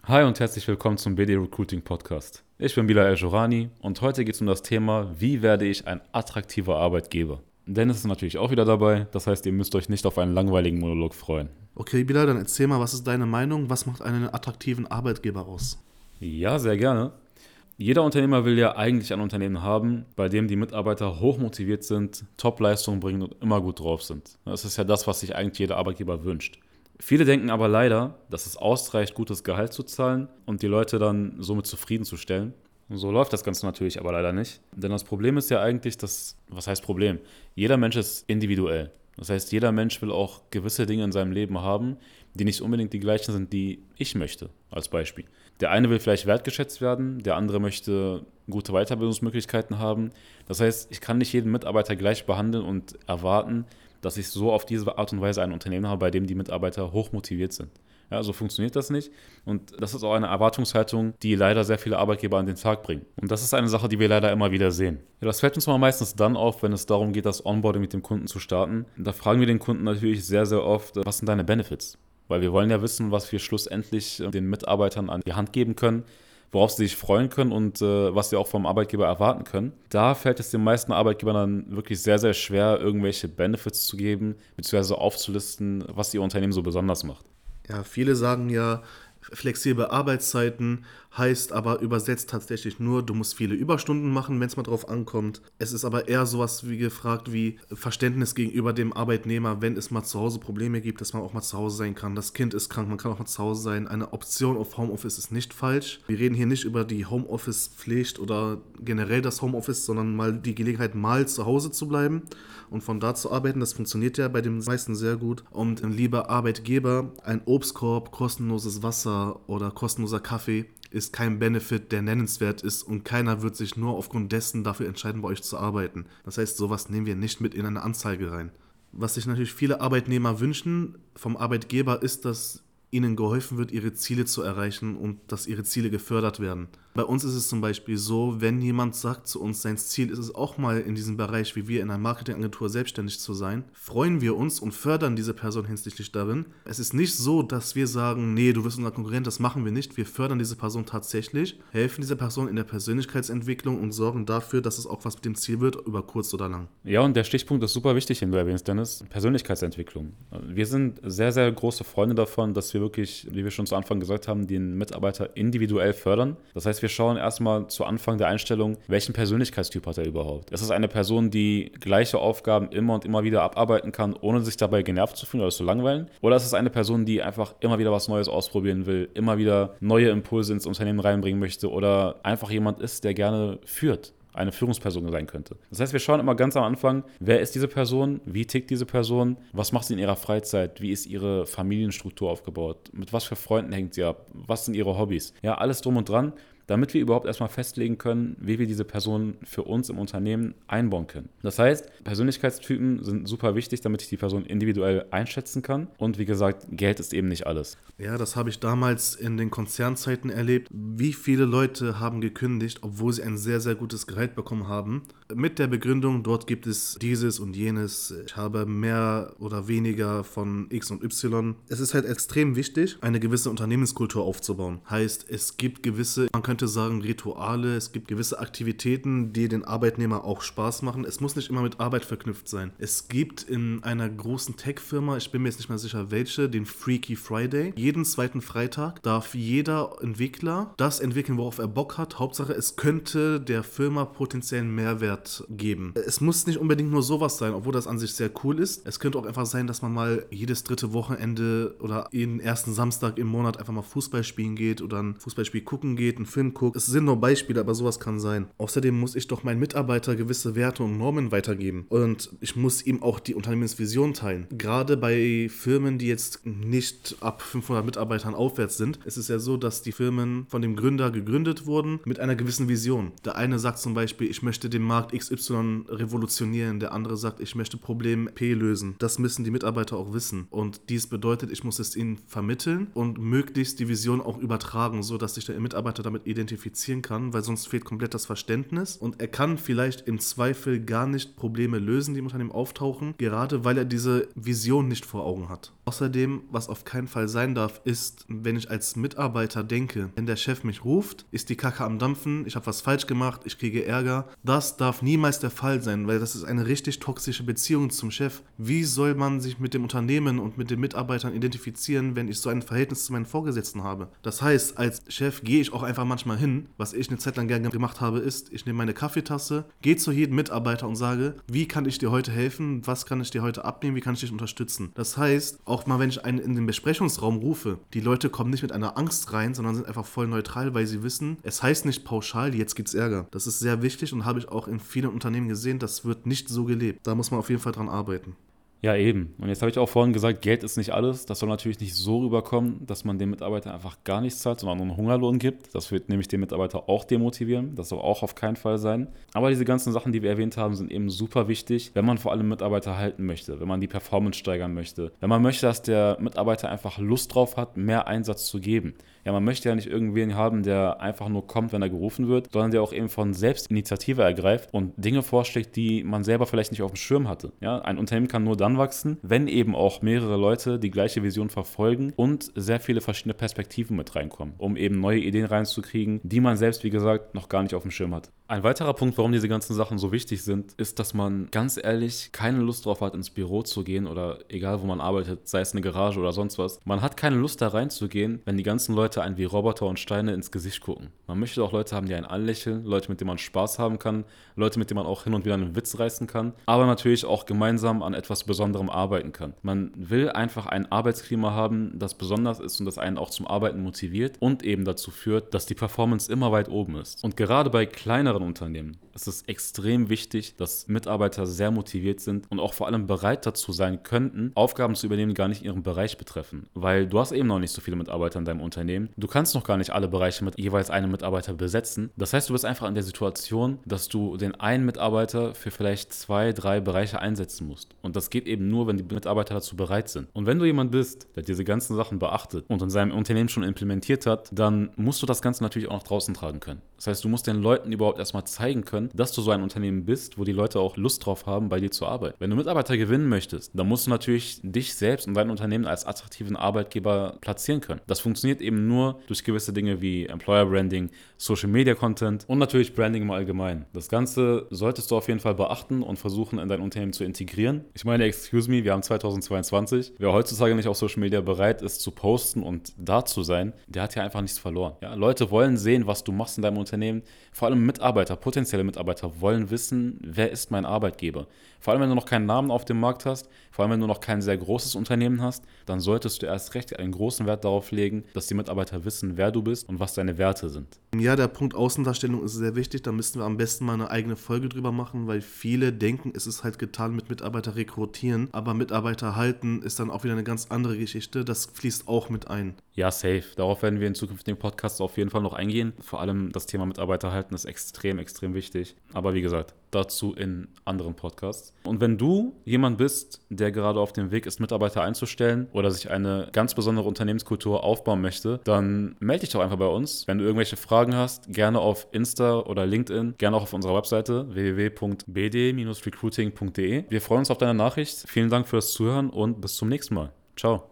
Hi und herzlich willkommen zum BD Recruiting Podcast. Ich bin Bilal El-Jorani und heute geht es um das Thema, wie werde ich ein attraktiver Arbeitgeber? Dennis ist natürlich auch wieder dabei, das heißt, ihr müsst euch nicht auf einen langweiligen Monolog freuen. Okay, Bilal, dann erzähl mal, was ist deine Meinung? Was macht einen attraktiven Arbeitgeber aus? Ja, sehr gerne. Jeder Unternehmer will ja eigentlich ein Unternehmen haben, bei dem die Mitarbeiter hochmotiviert sind, Top-Leistungen bringen und immer gut drauf sind. Das ist ja das, was sich eigentlich jeder Arbeitgeber wünscht. Viele denken aber leider, dass es ausreicht, gutes Gehalt zu zahlen und die Leute dann somit zufriedenzustellen. So läuft das Ganze natürlich aber leider nicht. Denn das Problem ist ja eigentlich, was heißt Problem? Jeder Mensch ist individuell. Das heißt, jeder Mensch will auch gewisse Dinge in seinem Leben haben, die nicht unbedingt die gleichen sind, die ich möchte, als Beispiel. Der eine will vielleicht wertgeschätzt werden, der andere möchte gute Weiterbildungsmöglichkeiten haben. Das heißt, ich kann nicht jeden Mitarbeiter gleich behandeln und erwarten, dass ich so auf diese Art und Weise ein Unternehmen habe, bei dem die Mitarbeiter hochmotiviert sind. Ja, so funktioniert das nicht. Und das ist auch eine Erwartungshaltung, die leider sehr viele Arbeitgeber an den Tag bringen. Und das ist eine Sache, die wir leider immer wieder sehen. Ja, das fällt uns mal meistens dann auf, wenn es darum geht, das Onboarding mit dem Kunden zu starten. Da fragen wir den Kunden natürlich sehr, sehr oft, was sind deine Benefits? Weil wir wollen ja wissen, was wir schlussendlich den Mitarbeitern an die Hand geben können, worauf sie sich freuen können und was sie auch vom Arbeitgeber erwarten können. Da fällt es den meisten Arbeitgebern dann wirklich sehr, sehr schwer, irgendwelche Benefits zu geben, beziehungsweise aufzulisten, was ihr Unternehmen so besonders macht. Ja, viele sagen ja, flexible Arbeitszeiten heißt aber übersetzt tatsächlich nur, du musst viele Überstunden machen, wenn es mal drauf ankommt. Es ist aber eher sowas wie gefragt wie Verständnis gegenüber dem Arbeitnehmer, wenn es mal zu Hause Probleme gibt, dass man auch mal zu Hause sein kann. Das Kind ist krank, man kann auch mal zu Hause sein. Eine Option auf Homeoffice ist nicht falsch. Wir reden hier nicht über die Homeoffice-Pflicht oder generell das Homeoffice, sondern mal die Gelegenheit, mal zu Hause zu bleiben und von da zu arbeiten. Das funktioniert ja bei den meisten sehr gut. Und lieber Arbeitgeber, ein Obstkorb, kostenloses Wasser oder kostenloser Kaffee ist kein Benefit, der nennenswert ist und keiner wird sich nur aufgrund dessen dafür entscheiden, bei euch zu arbeiten. Das heißt, sowas nehmen wir nicht mit in eine Anzeige rein. Was sich natürlich viele Arbeitnehmer wünschen vom Arbeitgeber ist, dass ihnen geholfen wird, ihre Ziele zu erreichen und dass ihre Ziele gefördert werden. Bei uns ist es zum Beispiel so, wenn jemand sagt zu uns, sein Ziel ist es auch mal in diesem Bereich, wie wir in einer Marketingagentur selbstständig zu sein, freuen wir uns und fördern diese Person hinsichtlich darin. Es ist nicht so, dass wir sagen, nee, du wirst unser Konkurrent, das machen wir nicht. Wir fördern diese Person tatsächlich, helfen dieser Person in der Persönlichkeitsentwicklung und sorgen dafür, dass es auch was mit dem Ziel wird, über kurz oder lang. Ja, und der Stichpunkt ist super wichtig, den du erwähnst, Dennis. Persönlichkeitsentwicklung. Wir sind sehr, sehr große Freunde davon, dass wir wirklich, wie wir schon zu Anfang gesagt haben, den Mitarbeiter individuell fördern. Das heißt, wir schauen erstmal zu Anfang der Einstellung, welchen Persönlichkeitstyp hat er überhaupt. Ist es eine Person, die gleiche Aufgaben immer und immer wieder abarbeiten kann, ohne sich dabei genervt zu fühlen oder zu langweilen? Oder ist es eine Person, die einfach immer wieder was Neues ausprobieren will, immer wieder neue Impulse ins Unternehmen reinbringen möchte oder einfach jemand ist, der gerne führt? Eine Führungsperson sein könnte. Das heißt, wir schauen immer ganz am Anfang, wer ist diese Person, wie tickt diese Person, was macht sie in ihrer Freizeit, wie ist ihre Familienstruktur aufgebaut, mit was für Freunden hängt sie ab, was sind ihre Hobbys. Ja, alles drum und dran, damit wir überhaupt erstmal festlegen können, wie wir diese Person für uns im Unternehmen einbauen können. Das heißt, Persönlichkeitstypen sind super wichtig, damit ich die Person individuell einschätzen kann. Und wie gesagt, Geld ist eben nicht alles. Ja, das habe ich damals in den Konzernzeiten erlebt. Wie viele Leute haben gekündigt, obwohl sie ein sehr, sehr gutes Gehalt bekommen haben. Mit der Begründung, dort gibt es dieses und jenes. Ich habe mehr oder weniger von X und Y. Es ist halt extrem wichtig, eine gewisse Unternehmenskultur aufzubauen. Heißt, es gibt gewisse, man könnte sagen, Rituale, es gibt gewisse Aktivitäten, die den Arbeitnehmer auch Spaß machen. Es muss nicht immer mit Arbeit verknüpft sein. Es gibt in einer großen Tech-Firma, ich bin mir jetzt nicht mehr sicher welche, den Freaky Friday. Jeden zweiten Freitag darf jeder Entwickler das entwickeln, worauf er Bock hat. Hauptsache, es könnte der Firma potenziellen Mehrwert geben. Es muss nicht unbedingt nur sowas sein, obwohl das an sich sehr cool ist. Es könnte auch einfach sein, dass man mal jedes dritte Wochenende oder jeden ersten Samstag im Monat einfach mal Fußball spielen geht oder ein Fußballspiel gucken geht, einen Film guckt. Es sind nur Beispiele, aber sowas kann sein. Außerdem muss ich doch meinen Mitarbeiter gewisse Werte und Normen weitergeben. Und ich muss ihm auch die Unternehmensvision teilen. Gerade bei Firmen, die jetzt nicht ab 500 Mitarbeitern aufwärts sind, ist es ja so, dass die Firmen von dem Gründer gegründet wurden mit einer gewissen Vision. Der eine sagt zum Beispiel, ich möchte den Markt XY revolutionieren. Der andere sagt, ich möchte Problem P lösen. Das müssen die Mitarbeiter auch wissen. Und dies bedeutet, ich muss es ihnen vermitteln und möglichst die Vision auch übertragen, sodass sich der Mitarbeiter damit identifiziert identifizieren kann, weil sonst fehlt komplett das Verständnis und er kann vielleicht im Zweifel gar nicht Probleme lösen, die im Unternehmen auftauchen, gerade weil er diese Vision nicht vor Augen hat. Außerdem, was auf keinen Fall sein darf, ist, wenn ich als Mitarbeiter denke, wenn der Chef mich ruft, ist die Kacke am Dampfen, ich habe was falsch gemacht, ich kriege Ärger. Das darf niemals der Fall sein, weil das ist eine richtig toxische Beziehung zum Chef. Wie soll man sich mit dem Unternehmen und mit den Mitarbeitern identifizieren, wenn ich so ein Verhältnis zu meinen Vorgesetzten habe? Das heißt, als Chef gehe ich auch einfach manchmal hin. Was ich eine Zeit lang gerne gemacht habe, ist, ich nehme meine Kaffeetasse, gehe zu jedem Mitarbeiter und sage, wie kann ich dir heute helfen, was kann ich dir heute abnehmen, wie kann ich dich unterstützen? Das heißt, auch mal wenn ich einen in den Besprechungsraum rufe, die Leute kommen nicht mit einer Angst rein, sondern sind einfach voll neutral, weil sie wissen, es heißt nicht pauschal, jetzt gibt's Ärger. Das ist sehr wichtig und habe ich auch in vielen Unternehmen gesehen, das wird nicht so gelebt. Da muss man auf jeden Fall dran arbeiten. Ja, eben. Und jetzt habe ich auch vorhin gesagt, Geld ist nicht alles. Das soll natürlich nicht so rüberkommen, dass man dem Mitarbeiter einfach gar nichts zahlt, sondern nur einen Hungerlohn gibt. Das wird nämlich den Mitarbeiter auch demotivieren. Das soll auch auf keinen Fall sein. Aber diese ganzen Sachen, die wir erwähnt haben, sind eben super wichtig, wenn man vor allem Mitarbeiter halten möchte, wenn man die Performance steigern möchte, wenn man möchte, dass der Mitarbeiter einfach Lust drauf hat, mehr Einsatz zu geben. Ja, man möchte ja nicht irgendwen haben, der einfach nur kommt, wenn er gerufen wird, sondern der auch eben von Selbstinitiative ergreift und Dinge vorschlägt, die man selber vielleicht nicht auf dem Schirm hatte. Ja, ein Unternehmen kann nur dann wachsen, wenn eben auch mehrere Leute die gleiche Vision verfolgen und sehr viele verschiedene Perspektiven mit reinkommen, um eben neue Ideen reinzukriegen, die man selbst, wie gesagt, noch gar nicht auf dem Schirm hat. Ein weiterer Punkt, warum diese ganzen Sachen so wichtig sind, ist, dass man ganz ehrlich keine Lust drauf hat, ins Büro zu gehen oder egal, wo man arbeitet, sei es eine Garage oder sonst was. Man hat keine Lust, da reinzugehen, wenn die ganzen Leute einen wie Roboter und Steine ins Gesicht gucken. Man möchte auch Leute haben, die einen anlächeln, Leute, mit denen man Spaß haben kann, Leute, mit denen man auch hin und wieder einen Witz reißen kann, aber natürlich auch gemeinsam an etwas Besonderem arbeiten kann. Man will einfach ein Arbeitsklima haben, das besonders ist und das einen auch zum Arbeiten motiviert und eben dazu führt, dass die Performance immer weit oben ist. Und gerade bei kleineren Unternehmen ist es extrem wichtig, dass Mitarbeiter sehr motiviert sind und auch vor allem bereit dazu sein könnten, Aufgaben zu übernehmen, die gar nicht ihren Bereich betreffen. Weil du hast eben noch nicht so viele Mitarbeiter in deinem Unternehmen. Du kannst noch gar nicht alle Bereiche mit jeweils einem Mitarbeiter besetzen. Das heißt, du bist einfach in der Situation, dass du den einen Mitarbeiter für vielleicht 2, 3 Bereiche einsetzen musst. Und das geht eben nur, wenn die Mitarbeiter dazu bereit sind. Und wenn du jemand bist, der diese ganzen Sachen beachtet und in seinem Unternehmen schon implementiert hat, dann musst du das Ganze natürlich auch nach draußen tragen können. Das heißt, du musst den Leuten überhaupt erstmal zeigen können, dass du so ein Unternehmen bist, wo die Leute auch Lust drauf haben, bei dir zu arbeiten. Wenn du Mitarbeiter gewinnen möchtest, dann musst du natürlich dich selbst und dein Unternehmen als attraktiven Arbeitgeber platzieren können. Das funktioniert eben nur durch gewisse Dinge wie Employer Branding, Social Media Content und natürlich Branding im Allgemeinen. Das Ganze solltest du auf jeden Fall beachten und versuchen, in dein Unternehmen zu integrieren. Ich meine, excuse me, wir haben 2022. Wer heutzutage nicht auf Social Media bereit ist zu posten und da zu sein, der hat ja einfach nichts verloren. Ja, Leute wollen sehen, was du machst in deinem Unternehmen. Vor allem Mitarbeiter, potenzielle Mitarbeiter wollen wissen, wer ist mein Arbeitgeber. Vor allem, wenn du noch keinen Namen auf dem Markt hast, vor allem, wenn du noch kein sehr großes Unternehmen hast, dann solltest du erst recht einen großen Wert darauf legen, dass die Mitarbeiter wissen, wer du bist und was deine Werte sind. Ja, der Punkt Außendarstellung ist sehr wichtig. Da müssten wir am besten mal eine eigene Folge drüber machen, weil viele denken, es ist halt getan mit Mitarbeiter rekrutieren, aber Mitarbeiter halten ist dann auch wieder eine ganz andere Geschichte. Das fließt auch mit ein. Ja, safe. Darauf werden wir in zukünftigen Podcasts auf jeden Fall noch eingehen. Vor allem das Thema Mitarbeiter halten ist extrem, extrem wichtig. Aber wie gesagt, dazu in anderen Podcasts. Und wenn du jemand bist, der gerade auf dem Weg ist, Mitarbeiter einzustellen oder sich eine ganz besondere Unternehmenskultur aufbauen möchte, dann melde dich doch einfach bei uns. Wenn du irgendwelche Fragen hast, gerne auf Insta oder LinkedIn, gerne auch auf unserer Webseite www.bd-recruiting.de. Wir freuen uns auf deine Nachricht. Vielen Dank fürs Zuhören und bis zum nächsten Mal. Ciao.